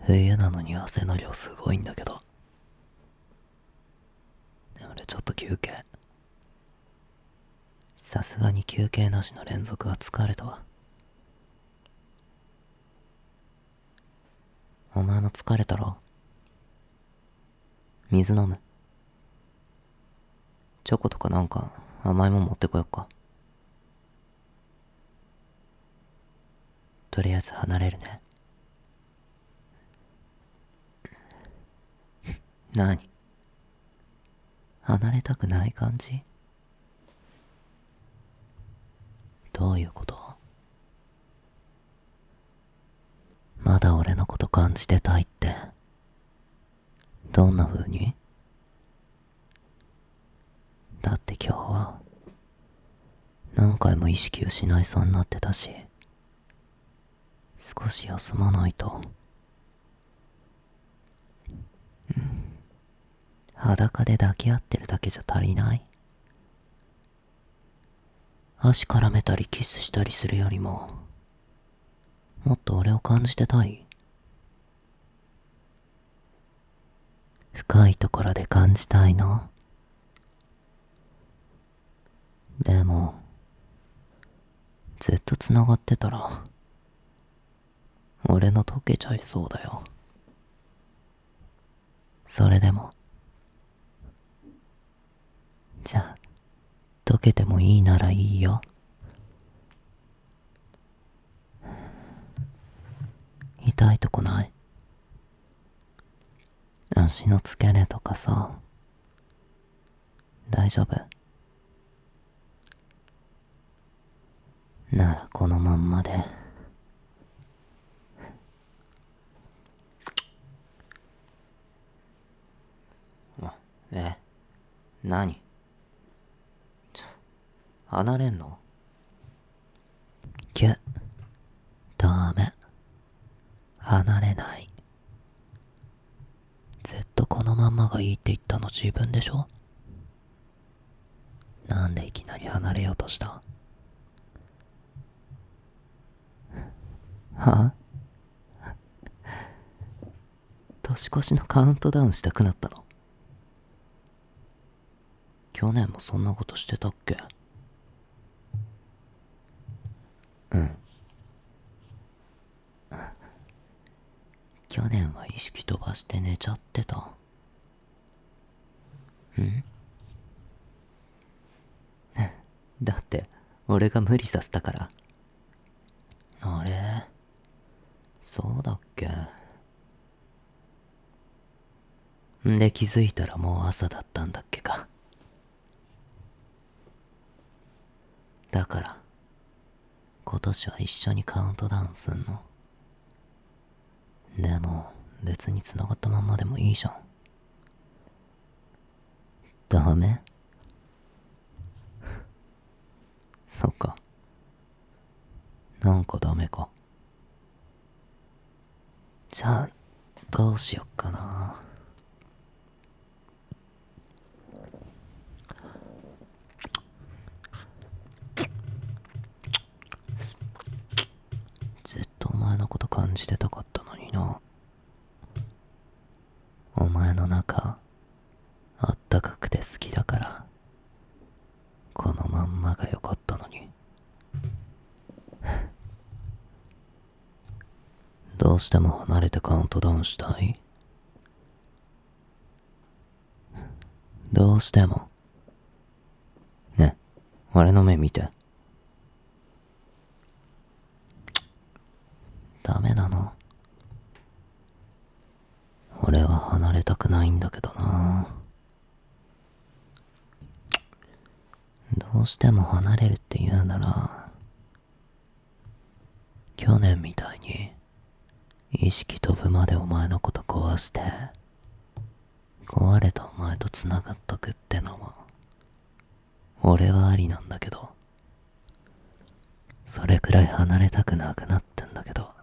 冬なのに汗の量すごいんだけど。俺ちょっと休憩。さすがに休憩なしの連続は疲れたわ。お前も疲れたろ？水飲む？チョコとかなんか甘いもん持ってこよっか。とりあえず離れるね。何？離れたくない感じ？どういうこと？まだ俺のこと感じてたいって、どんな風に？だって今日は、何回も意識失いそうになってたし、少し休まないと。裸で抱き合ってるだけじゃ足りない？足絡めたりキスしたりするよりも、もっと俺を感じてたい？深いところで感じたいの？でも、ずっと繋がってたら、俺の溶けちゃいそうだよ。それでも、じゃあ、溶けてもいいならいいよ。痛いとこない？足の付け根とかさ、大丈夫？ならこのまんまで。え、何？離れんの？キュッ、ダメ。離れない。ずっとこのまんまがいいって言ったの自分でしょ？なんでいきなり離れようとした？は？年越しのカウントダウンしたくなったの？去年もそんなことしてたっけ？うん。去年は意識飛ばして寝ちゃってた。ん？だって、俺が無理させたから。あれ？そうだっけ？んで気づいたらもう朝だったんだっけか。だから、今年は一緒にカウントダウンすんの？でも、別に繋がったまんまでもいいじゃん。ダメ？そっか。なんかダメか。じゃあ、どうしよっかな。ずっとお前のこと感じてたかったのにな。お前の中、あったかくて好きだから、このまんまが良かったのに。どうしても離れてカウントダウンしたい？どうしても。ね、俺の目見て。ダメなの？俺は離れたくないんだけどな。どうしても離れるって言うなら、去年みたいに意識飛ぶまでお前のこと壊して、壊れたお前と繋がっとくってのも、俺はありなんだけど、それくらい離れたくなくなってんだけど、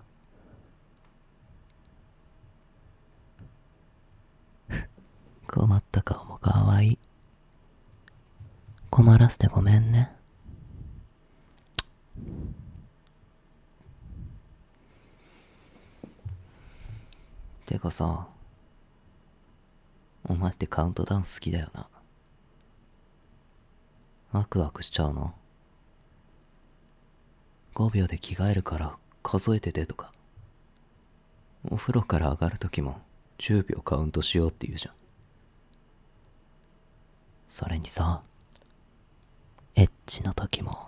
困った顔もかわいい。困らせてごめんね。 てかさ、お前ってカウントダウン好きだよな。ワクワクしちゃうの？ 5 秒で着替えるから数えててとか、お風呂から上がるときも10秒カウントしようって言うじゃん。それにさ、エッチの時も、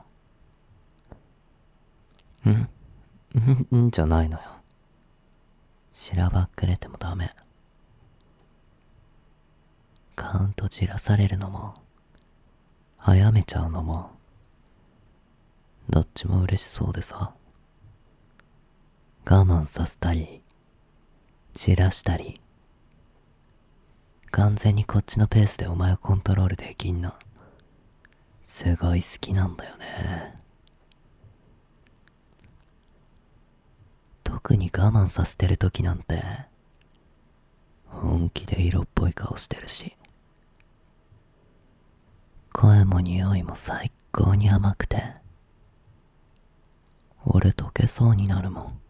じゃないのよ。しらばっくれてもダメ。カウントじらされるのも、早めちゃうのも、どっちも嬉しそうでさ、我慢させたり、じらしたり、完全にこっちのペースでお前をコントロールできんの、すごい好きなんだよね。特に我慢させてる時なんて、本気で色っぽい顔してるし、声も匂いも最高に甘くて、俺溶けそうになるもん。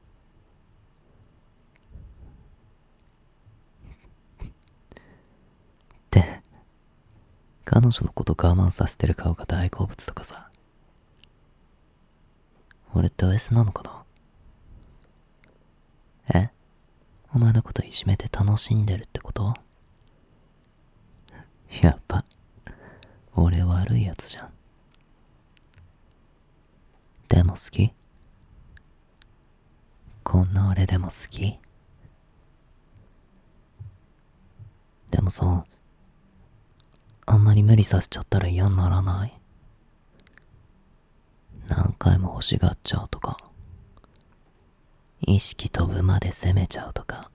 で、彼女のこと我慢させてる顔が大好物とかさ、俺ド S なのかな？え？お前のこといじめて楽しんでるってこと？やっぱ、俺悪いやつじゃん。でも好き？こんな俺でも好き？でもさ、あんまり無理させちゃったら嫌にならない？何回も欲しがっちゃうとか、意識飛ぶまで攻めちゃうとか。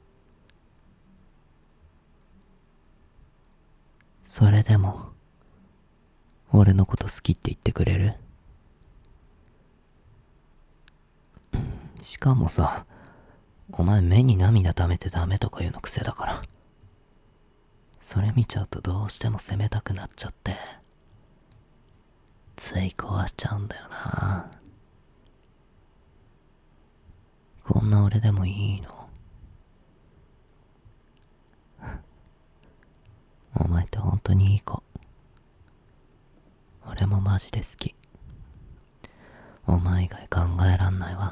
それでも、俺のこと好きって言ってくれる？しかもさ、お前目に涙溜めてダメとか言うの癖だから。それ見ちゃうとどうしても責めたくなっちゃって、つい壊しちゃうんだよな。こんな俺でもいいの？お前って本当にいい子。俺もマジで好き。お前以外考えらんないわ。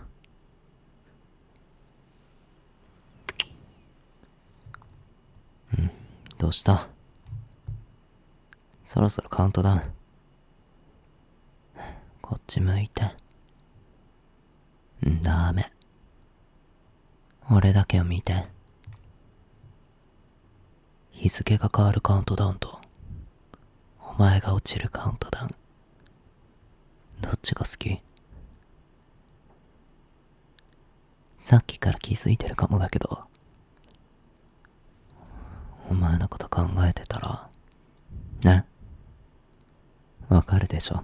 どうした？そろそろカウントダウン。こっち向いて。ダメ。俺だけを見て。日付が変わるカウントダウンと、お前が落ちるカウントダウン。どっちが好き？さっきから気づいてるかもだけど、お前のこと考えてたら、ね。わかるでしょ。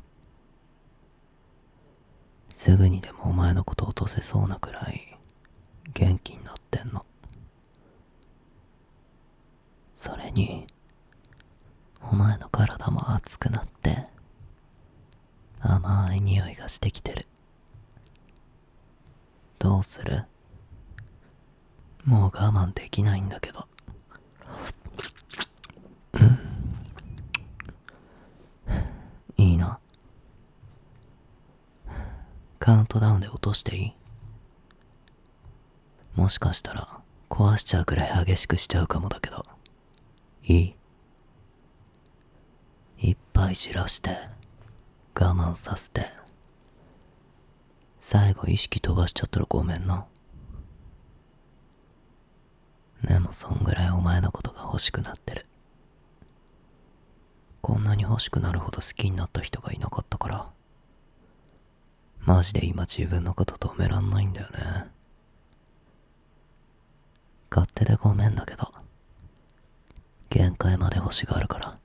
すぐにでもお前のこと落とせそうなくらい元気になってんの。それに、お前の体も熱くなって甘い匂いがしてきてる。どうする？もう我慢できないんだけど。いいな。カウントダウンで落としていい？もしかしたら壊しちゃうくらい激しくしちゃうかもだけど、いい？いっぱいじらして我慢させて、最後意識飛ばしちゃったらごめんな。でもそんぐらいお前のことが欲しくなってる。こんなに欲しくなるほど好きになった人がいなかったから、マジで今自分のこと止めらんないんだよね。勝手でごめんだけど、限界まで欲しがあるから。